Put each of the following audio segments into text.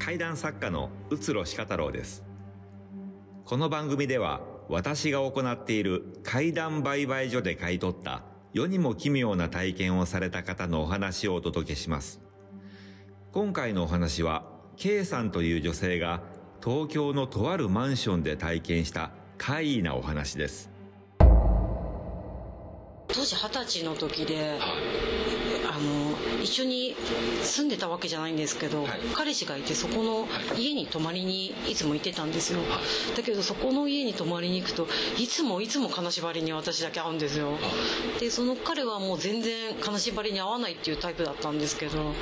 怪談作家の宇津呂鹿太郎です。この番組では私が行っている怪談売買所で買い取った世にも奇妙な体験をされた方のお話をお届けします。今回のお話は K さんという女性が東京のとあるマンションで体験した怪異なお話です。 当時20歳の時で一緒に住んでたわけじゃないんですけど、彼氏がいてそこの家に泊まりにいつも行ってたんですよ。だけどそこの家に泊まりに行くといつも金縛りに私だけ会うんですよ。でその彼はもう全然金縛りに会わないっていうタイプだったんですけど、で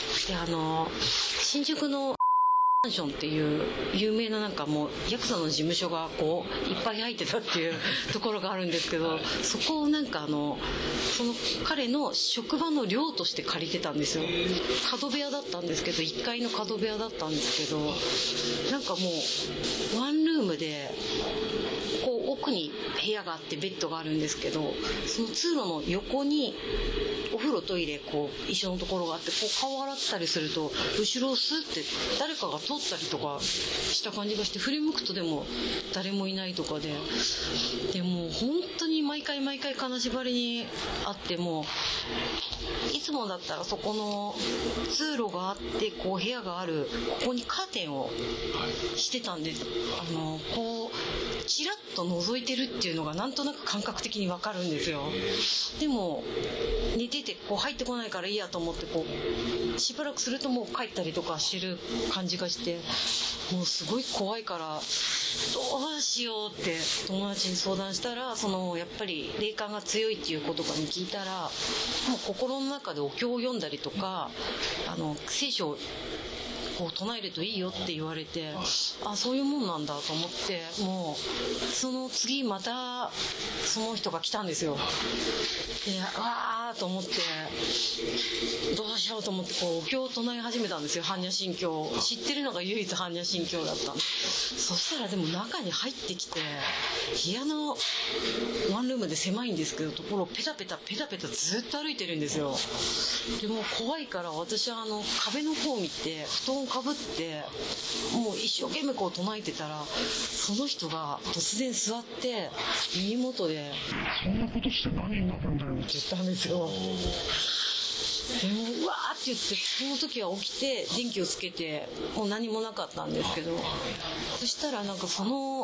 新宿のマンションっていう有名なもうヤクザの事務所がこういっぱい入ってたっていうところがあるんですけど、そこをその彼の職場の寮として借りてたんですよ。角部屋だったんですけど、1階の角部屋だったんですけど、もうワンルームでこう奥に部屋があってベッドがあるんですけど、その通路の横にお風呂トイレ一緒のところがあって、顔洗ったりすると後ろをスッて誰かが通ったりとかした感じがして、振り向くとでも誰もいないとかでもう本当に毎回金縛りにあって、もういつもだったらそこの通路があって部屋があるここにカーテンをしてたんで、チラッと覗いてるっていうのがなんとなく感覚的にわかるんですよ。でも寝てて入ってこないからいいやと思ってしばらくするともう帰ったりとかしてる感じがして、もうすごい怖いからどうしようって友達に相談したら、やっぱり霊感が強いっていうことかに聞いたら、もう心の中でお経を読んだりとか聖書を唱えるといいよって言われて、そういうもんなんだと思って、もうその次またその人が来たんですよ。でわーと思ってどうしようと思ってお経を唱え始めたんですよ。般若心経知ってるのが唯一般若心経だったんで。そしたらでも中に入ってきて、部屋のワンルームで狭いんですけどところをペタペタずっと歩いてるんですよ。でも怖いから私は壁の方を見て布団をかぶってもう一生懸命唱えてたら、その人が突然座って耳元でそんなことして何になるんだよって言ったんですよ。でもうわーって言って、その時は起きて電気をつけてもう何もなかったんですけど、そしたらその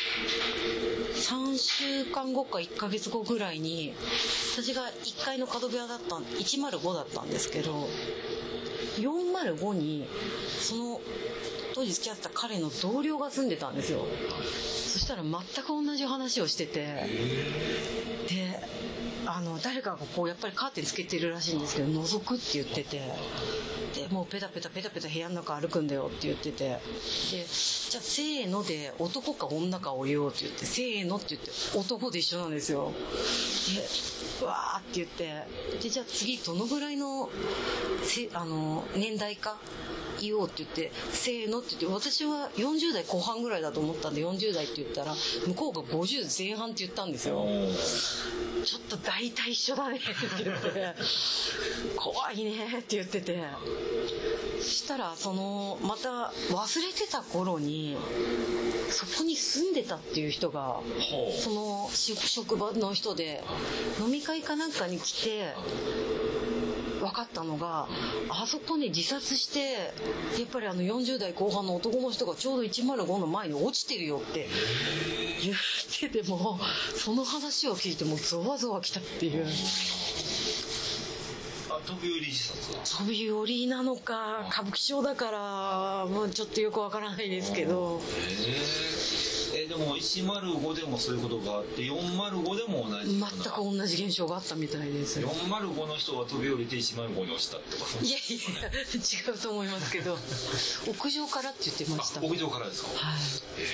3週間後か1ヶ月後ぐらいに、私が1階の角部屋だった105だったんですけど、405にその当時付き合った彼の同僚が住んでたんですよ。そしたら全く同じ話をしてて、で誰かがやっぱりカーテンつけてるらしいんですけど覗くって言ってて、でもうペタペタ部屋の中歩くんだよって言ってて、でじゃあせーので男か女かを言おうって言って、せーのって言って男で一緒なんですよ。でわーって言って、でじゃあ次どのぐらいの年代か言おうって言って、せーのって言って、私は40代後半ぐらいだと思ったんで40代って言ったら、向こうが50前半って言ったんですよ。ちょっと大体一緒だねって言って怖いねって言ってて、そしたらまた忘れてた頃にそこに住んでたっていう人が、その職場の人で飲み会かなんかに来て分かったのが、あそこに自殺してやっぱり40代後半の男の人がちょうど105の前に落ちてるよって言ってて、もその話を聞いてもうゾワゾワきたっていう。 飛び降り自殺？ 飛び降りなのか歌舞伎町だからもうちょっとよくわからないですけど。 でも105でもそういうことがあって405でも同じ、 全く同じ現象があったみたいです。 405の人が飛び降りて105に落ちたってこと？ いや違うと思いますけど屋上からって言ってました。 屋上からですか？ はい。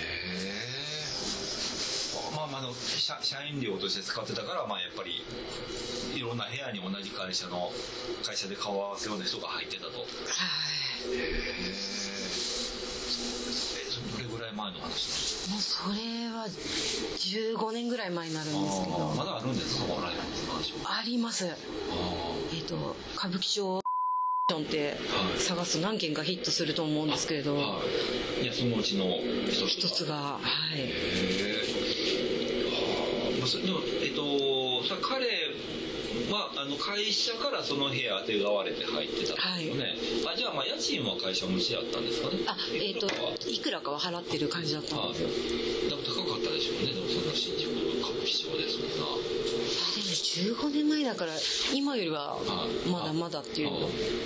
社員寮として使ってたから、やっぱりいろんな部屋に同じ会社で顔を合わせような人が入ってたと。はい。どれぐらい前の話なんですか？ もうそれは15年ぐらい前になるんですけど。 まだあるんですか？ライブの話は。 あります。歌舞伎町って探すと何件かヒットすると思うんですけれど、 いやそのうちの一つが、はい。 でもそれ彼は会社からその部屋あてがわれて入ってたんですよね。はい、じゃあ家賃は会社持ちやったんですかね。 いくらかは払ってる感じだったんですよ。 でも高かったでしょうね。でもそんな新宿の歌舞伎町ですもんな。 でも15年前だから今よりはまだまだっていう。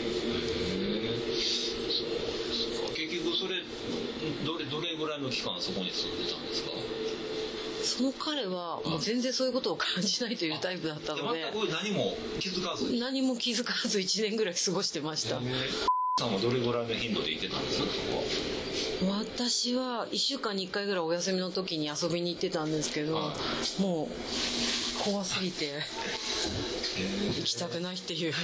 結局それどれぐらいの期間そこに住んでたんですか？ その彼はもう全然そういうことを感じないというタイプだったので、 全く何も気づかず何も気づかず1年ぐらい過ごしてました。 さんはどれぐらいの頻度で行ってたんですか？ 私は1週間に1回ぐらいお休みの時に遊びに行ってたんですけど、もう怖すぎて行きたくないっていう。で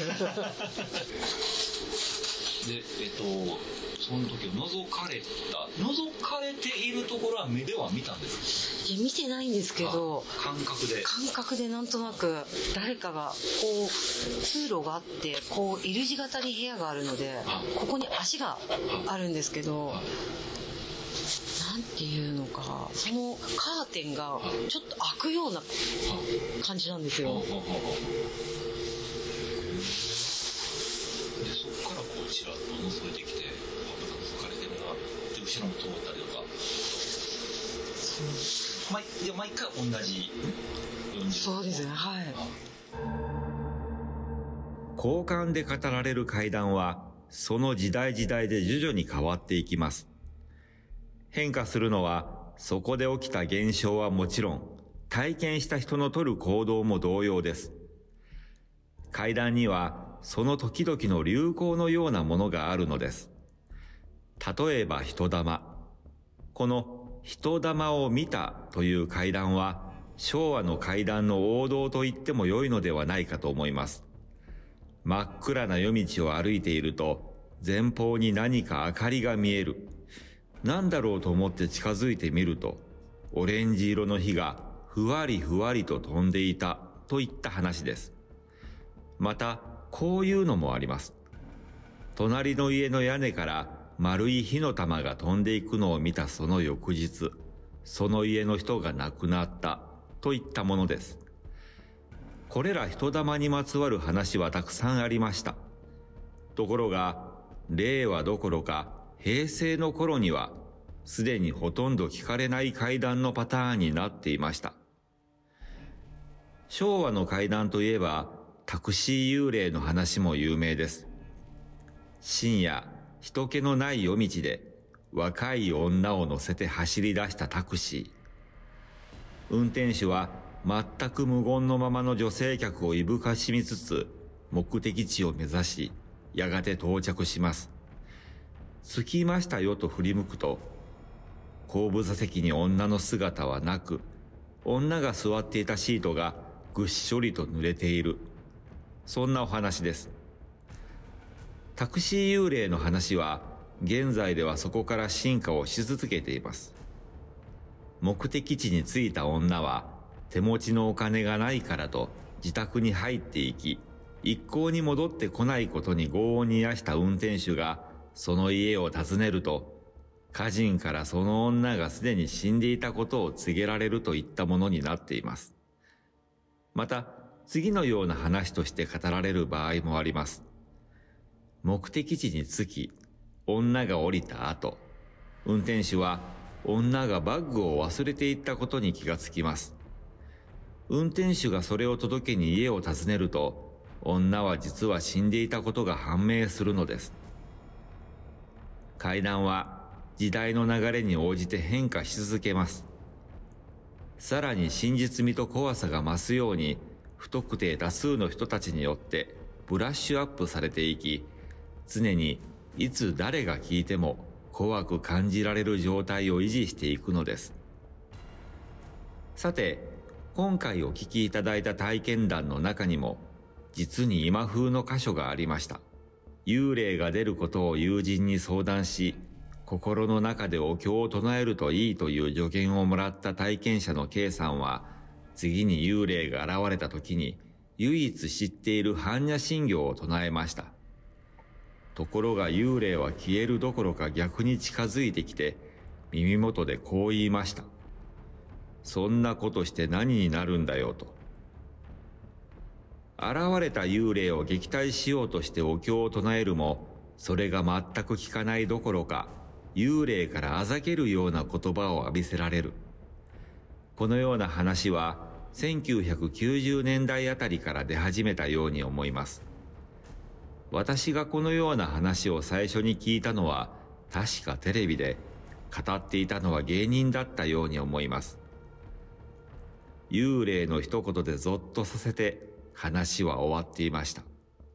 その時覗かれているところは目では見たんですか？ いや見てないんですけど、 感覚でなんとなく誰かがこう通路があってこう L 字型に部屋があるので、ここに足があるんですけど、なんていうのか、そのカーテンがちょっと開くような感じなんですよ。 でそこからこうちらっと覗いてきて、覗かれてるなって後ろも通ったりとか。毎回同じ。 そうですね、はい。 交換で語られる怪談は、その時代時代で徐々に変わっていきます。変化するのは、そこで起きた現象はもちろん、体験した人の取る行動も同様です。怪談には、その時々の流行のようなものがあるのです。例えば人玉。この人玉を見たという怪談は、昭和の怪談の王道と言っても良いのではないかと思います。真っ暗な夜道を歩いていると、前方に何か明かりが見える。何だろうと思って近づいてみると、オレンジ色の火がふわりふわりと飛んでいたといった話です。また、こういうのもあります。隣の家の屋根から丸い火の玉が飛んでいくのを見たその翌日、その家の人が亡くなったといったものです。これら人玉にまつわる話はたくさんありました。ところが、令和どころか平成の頃には、すでにほとんど聞かれない怪談のパターンになっていました。昭和の怪談といえば、タクシー幽霊の話も有名です。深夜、人気のない夜道で若い女を乗せて走り出したタクシー。運転手は全く無言のままの女性客をいぶかしみつつ目的地を目指し、やがて到着します。着きましたよと振り向くと、後部座席に女の姿はなく、女が座っていたシートがぐっしょりと濡れている。そんなお話です。タクシー幽霊の話は現在ではそこから進化をし続けています。目的地に着いた女は手持ちのお金がないからと自宅に入っていき、一向に戻ってこないことに業を煮やした運転手がその家を訪ねると、家人からその女がすでに死んでいたことを告げられるといったものになっています。また次のような話として語られる場合もあります。目的地に着き、女が降りた後、運転手は女がバッグを忘れていったことに気がつきます。運転手がそれを届けに家を訪ねると、女は実は死んでいたことが判明するのです。怪談は時代の流れに応じて変化し続けます。さらに真実味と怖さが増すように、不特定多数の人たちによってブラッシュアップされていき、常にいつ誰が聞いても怖く感じられる状態を維持していくのです。さて、今回お聞きいただいた体験談の中にも、実に今風の箇所がありました。幽霊が出ることを友人に相談し、心の中でお経を唱えるといいという助言をもらった体験者の K さんは、次に幽霊が現れた時に、唯一知っている般若心経を唱えました。 ところが幽霊は消えるどころか逆に近づいてきて、耳元でこう言いました。そんなことして何になるんだよと。現れた幽霊を撃退しようとしてお経を唱えるも、それが全く効かないどころか、幽霊からあざけるような言葉を浴びせられる。このような話は、1990年代あたりから出始めたように思います。私がこのような話を最初に聞いたのは、確かテレビで、語っていたのは芸人だったように思います。幽霊の一言でゾッとさせて、話は終わっていました。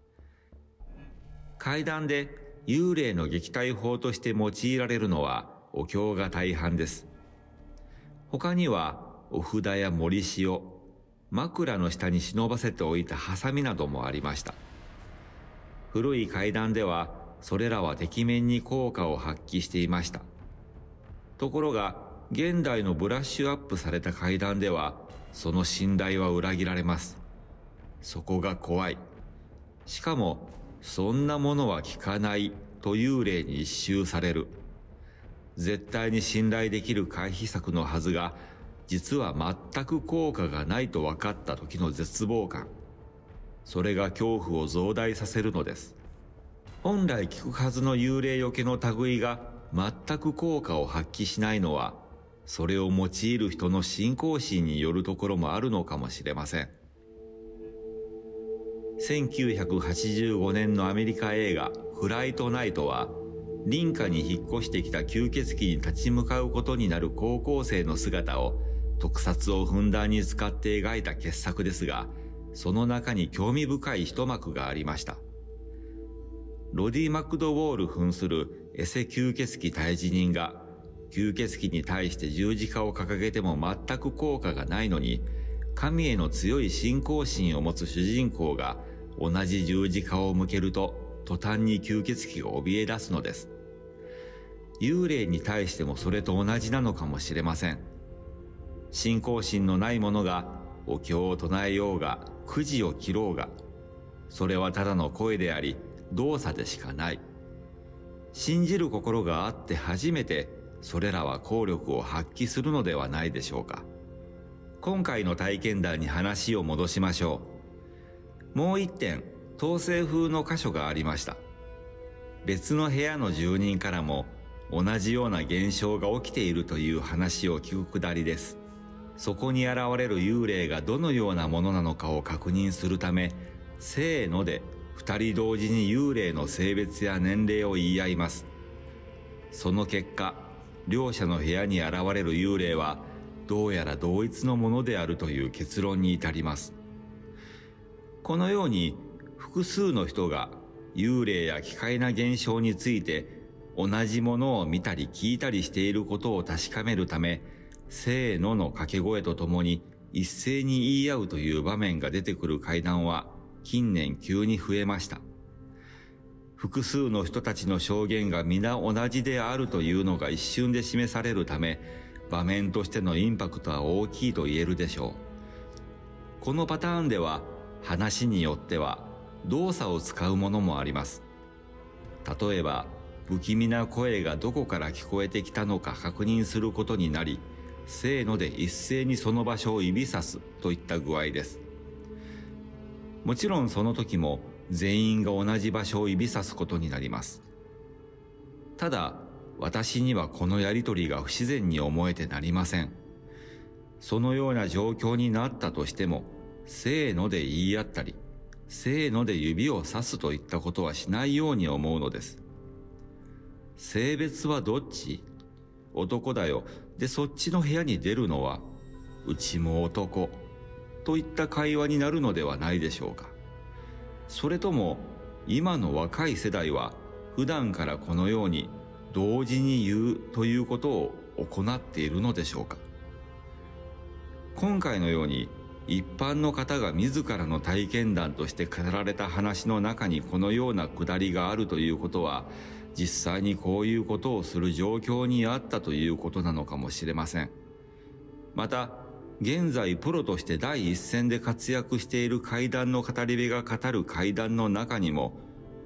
怪談で幽霊の撃退法として用いられるのはお経が大半です。他にはお札や盛り塩、枕の下に忍ばせておいたハサミなどもありました。古い怪談ではそれらはてきめんに効果を発揮していました。ところが現代のブラッシュアップされた怪談ではその信頼は裏切られます。そこが怖い。しかも、そんなものは効かないと幽霊に一蹴される。絶対に信頼できる回避策のはずが、実は全く効果がないと分かった時の絶望感。それが恐怖を増大させるのです。本来効くはずの幽霊よけの類が全く効果を発揮しないのは、それを用いる人の信仰心によるところもあるのかもしれません。1985年のアメリカ映画フライトナイトは、林家に引っ越してきた吸血鬼に立ち向かうことになる高校生の姿を特撮をふんだんに使って描いた傑作ですが、その中に興味深い一幕がありました。ロディ・マクドウォール扮するエセ吸血鬼退治人が、吸血鬼に対して十字架を掲げても全く効果がないのに、神への強い信仰心を持つ主人公が同じ十字架を向けると途端に吸血鬼が怯え出すのです。幽霊に対してもそれと同じなのかもしれません。信仰心のない者がお経を唱えようが、くじを切ろうが、それはただの声であり、動作でしかない。信じる心があって初めて、それらは効力を発揮するのではないでしょうか。今回の体験談に話を戻しましょう。もう一点、統制風の箇所がありました。別の部屋の住人からも同じような現象が起きているという話を聞くくだりです。そこに現れる幽霊がどのようなものなのかを確認するため、せーので二人同時に幽霊の性別や年齢を言い合います。その結果、両者の部屋に現れる幽霊はどうやら同一のものであるという結論に至ります。このように複数の人が幽霊や奇怪な現象について同じものを見たり聞いたりしていることを確かめるため、せーのの掛け声とともに一斉に言い合うという場面が出てくる怪談は近年急に増えました。複数の人たちの証言が皆同じであるというのが一瞬で示されるため、場面としてのインパクトは大きいと言えるでしょう。このパターンでは話によっては動作を使うものもあります。例えば不気味な声がどこから聞こえてきたのか確認することになり、せーので一斉にその場所を指さすといった具合です。もちろんその時も全員が同じ場所を指さすことになります。ただ私にはこのやりとりが不自然に思えてなりません。そのような状況になったとしても、せーので言い合ったり、せーので指をさすといったことはしないように思うのです。性別はどっち？男だよ。で、そっちの部屋に出るのは、うちも男。といった会話になるのではないでしょうか。それとも、今の若い世代は、普段からこのように、同時に言うということを行っているのでしょうか。今回のように一般の方が自らの体験談として語られた話の中にこのようなくだりがあるということは、実際にこういうことをする状況にあったということなのかもしれません。また現在プロとして第一線で活躍している怪談の語り部が語る怪談の中にも、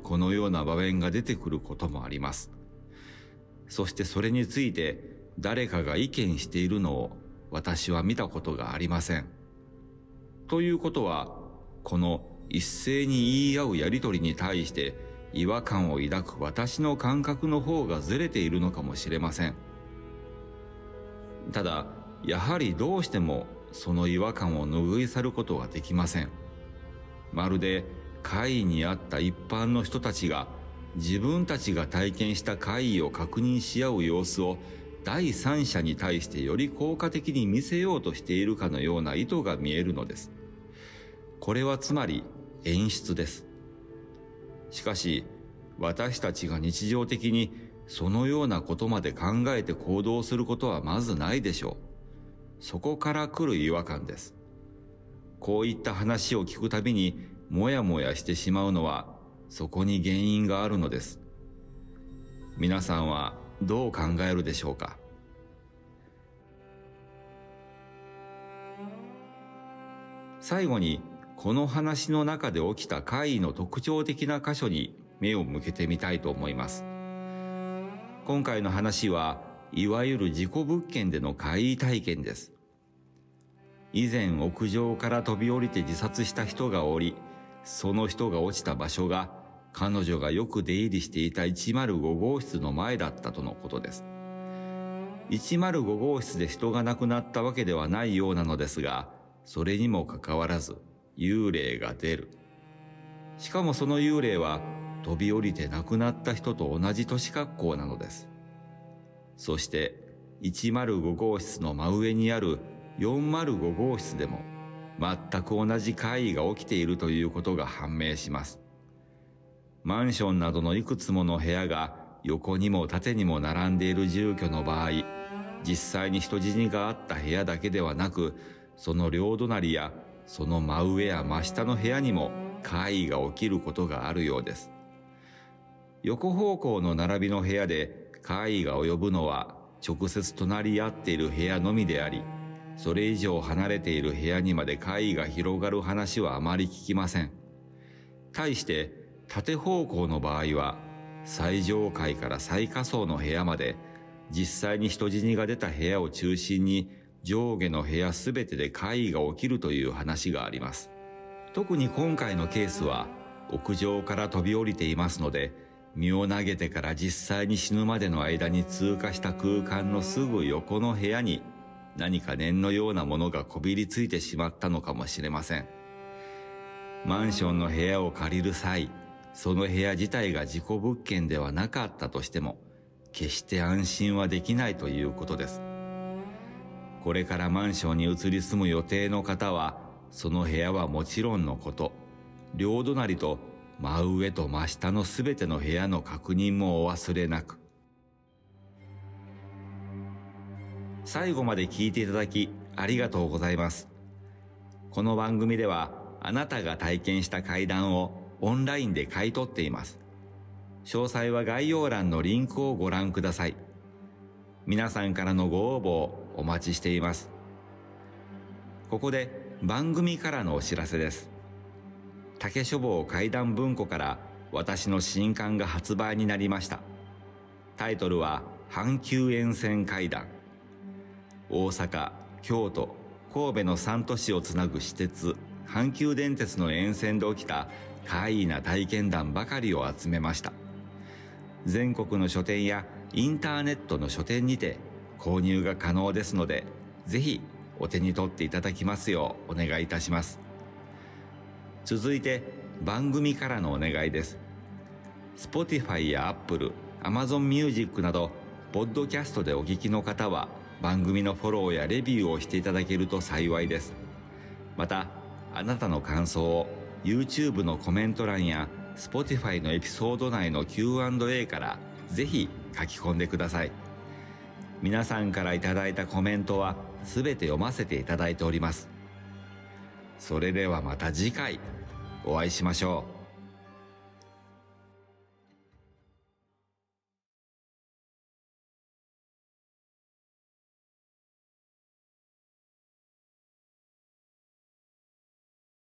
このような場面が出てくることもあります。そしてそれについて誰かが意見しているのを私は見たことがありません。ということは、この一斉に言い合うやりとりに対して違和感を抱く私の感覚の方がずれているのかもしれません。ただ、やはりどうしてもその違和感を拭い去ることができません。まるで怪異にあった一般の人たちが自分たちが体験した怪異を確認し合う様子を第三者に対してより効果的に見せようとしているかのような意図が見えるのです。これはつまり演出です。しかし、私たちが日常的にそのようなことまで考えて行動することはまずないでしょう。そこから来る違和感です。こういった話を聞くたびにもやもやしてしまうのは、そこに原因があるのです。皆さんはどう考えるでしょうか。最後に、この話の中で起きた怪異の特徴的な箇所に目を向けてみたいと思います。今回の話は、いわゆる事故物件での怪異体験です。以前屋上から飛び降りて自殺した人がおり、その人が落ちた場所が彼女がよく出入りしていた105号室の前だったとのことです。105号室で人が亡くなったわけではないようなのですが、それにもかかわらず幽霊が出る。しかもその幽霊は飛び降りて亡くなった人と同じ年格好なのです。そして105号室の真上にある405号室でも全く同じ怪異が起きているということが判明します。マンションなどのいくつもの部屋が横にも縦にも並んでいる住居の場合、実際に人死にがあった部屋だけではなく、その両隣やその真上や真下の部屋にも怪異が起きることがあるようです。横方向の並びの部屋で怪異が及ぶのは直接隣り合っている部屋のみであり、それ以上離れている部屋にまで怪異が広がる話はあまり聞きません。対して縦方向の場合は、最上階から最下層の部屋まで実際に人死にが出た部屋を中心に上下の部屋すべてで怪異が起きるという話があります。特に今回のケースは屋上から飛び降りていますので、身を投げてから実際に死ぬまでの間に通過した空間のすぐ横の部屋に何か念のようなものがこびりついてしまったのかもしれません。マンションの部屋を借りる際、その部屋自体が事故物件ではなかったとしても、決して安心はできないということです。これからマンションに移り住む予定の方は、その部屋はもちろんのこと、両隣と真上と真下のすべての部屋の確認もお忘れなく。最後まで聞いていただきありがとうございます。この番組ではあなたが体験した怪談をオンラインで買い取っています。詳細は概要欄のリンクをご覧ください。皆さんからのご応募をお待ちしています。ここで番組からのお知らせです。竹書房怪談文庫から私の新刊が発売になりました。タイトルは阪急沿線怪談。大阪、京都、神戸の3都市をつなぐ私鉄、阪急電鉄の沿線で起きた怪異な体験談ばかりを集めました。全国の書店やインターネットの書店にて購入が可能ですので、ぜひお手に取っていただきますようお願いいたします。続いて番組からのお願いです。Spotify や Apple、Amazon Music などポッドキャストでお聞きの方は番組のフォローやレビューをしていただけると幸いです。また、あなたの感想を YouTube のコメント欄や Spotify のエピソード内の Q&A からぜひ書き込んでください。皆さんからいただいたコメントはすべて読ませていただいております。それではまた次回お会いしましょう。